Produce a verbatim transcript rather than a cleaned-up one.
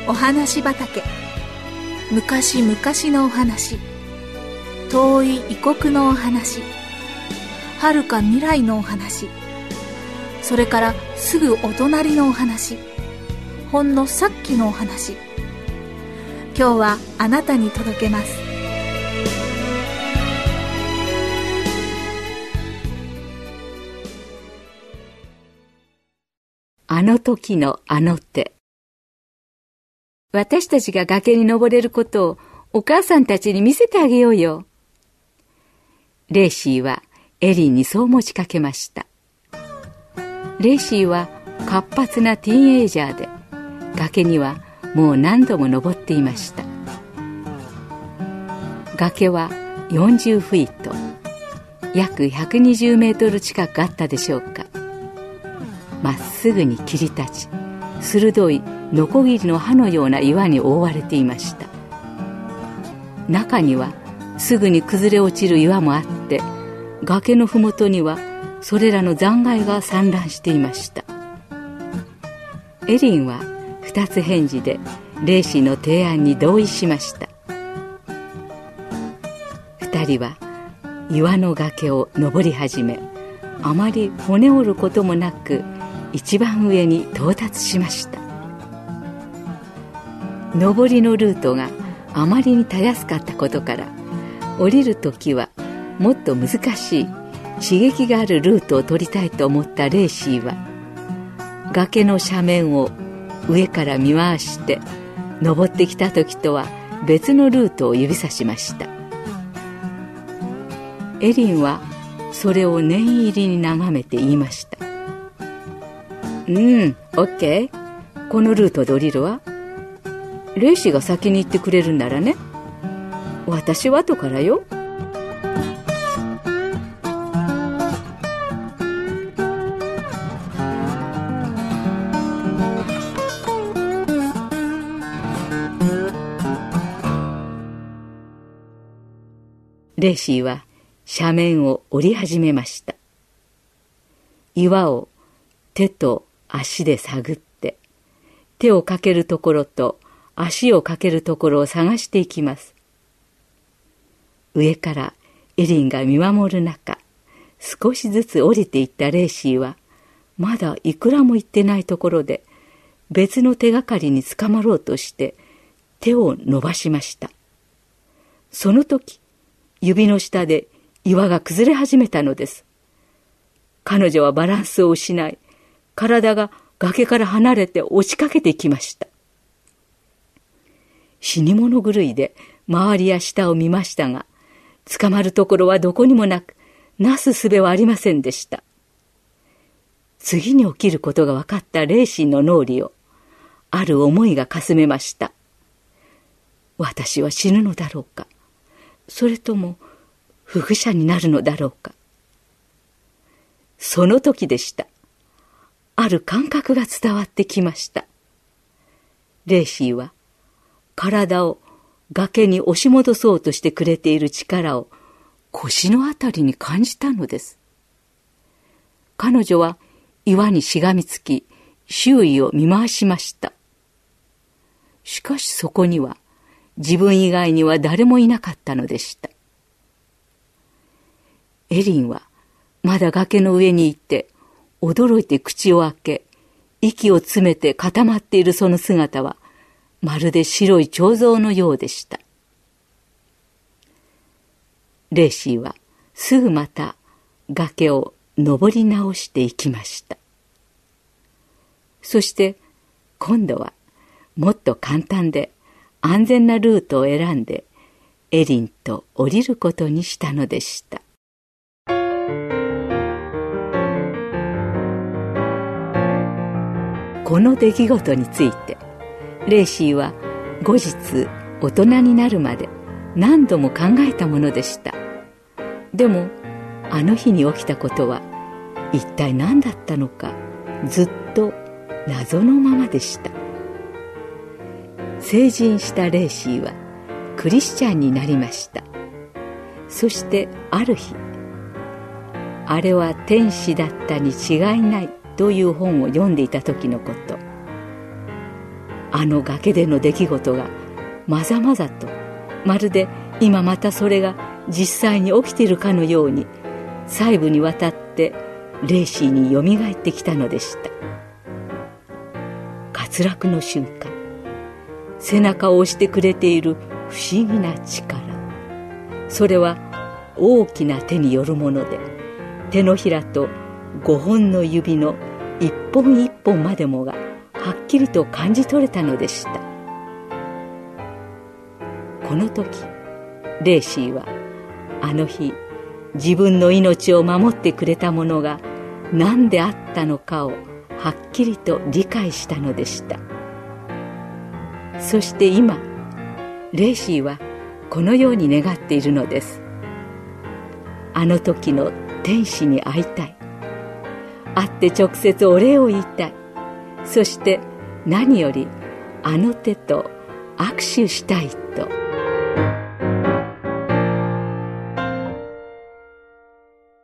お話畑。昔々のお話、遠い異国のお話、遥か未来のお話、それからすぐお隣のお話、ほんのさっきのお話。今日はあなたに届けます。 あの時のあの手。私たちが崖に登れることをお母さんたちに見せてあげようよ。レイシーはエリンにそう持ちかけました。レイシーは活発なティーンエイジャーで、崖にはもう何度も登っていました。崖はよんじゅうフィート、約ひゃくにじゅうメートル近くあったでしょうか。まっすぐに切り立ち、鋭いノコギリの刃のような岩に覆われていました。中にはすぐに崩れ落ちる岩もあって、崖のふもとにはそれらの残骸が散乱していました。エリンは二つ返事でレイシーの提案に同意しました。二人は岩の崖を登り始め、あまり骨折ることもなく一番上に到達しました。登りのルートがあまりにたやすかったことから、降りるときはもっと難しい刺激があるルートを取りたいと思ったレイシーは、崖の斜面を上から見回して登ってきたときとは別のルートを指さしました。エリンはそれを念入りに眺めて言いました。うん、オッケー。このルートで降りるわ。レイシーが先に行ってくれるんならね。私は後からよ。レイシーは斜面を降り始めました。岩を手と足で探って、手をかけるところと足をかけるところを探していきます。上からエリンが見守る中、少しずつ降りていったレイシーは、まだいくらも行ってないところで、別の手がかりにつかまろうとして手を伸ばしました。その時、指の下で岩が崩れ始めたのです。彼女はバランスを失い、体が崖から離れて落ちかけてきました。死に物狂いで周りや下を見ましたが、捕まるところはどこにもなく、なすすべはありませんでした。次に起きることが分かったレイシーの脳裏を、ある思いがかすめました。私は死ぬのだろうか、それとも不具者になるのだろうか。その時でした。ある感覚が伝わってきました。レイシーは体を崖に押し戻そうとしてくれている力を腰のあたりに感じたのです。彼女は岩にしがみつき、周囲を見回しました。しかしそこには自分以外には誰もいなかったのでした。エリンはまだ崖の上にいて、驚いて口を開け、息を詰めて固まっているその姿は、まるで白い彫像のようでした。レイシーはすぐまた崖を登り直していきました。そして今度はもっと簡単で安全なルートを選んでエリンと降りることにしたのでした。この出来事についてレイシーは後日大人になるまで何度も考えたものでした。でもあの日に起きたことは一体何だったのか、ずっと謎のままでした。成人したレイシーはクリスチャンになりました。そしてある日、あれは天使だったに違いないという本を読んでいた時のこと。 あの崖での出来事がまざまざと、まるで今またそれが実際に起きているかのように細部にわたってレーシーによみがえってきたのでした。滑落の瞬間、背中を押してくれている不思議な力、それは大きな手によるもので、手のひらとごほんの指の一本一本までもがはっきりと感じ取れたのでした。この時レーシーはあの日自分の命を守ってくれたものが何であったのかをはっきりと理解したのでした。そして今レーシーはこのように願っているのです。あの時の天使に会いたい、会って直接お礼を言いたい、そして何よりあの手と握手したいと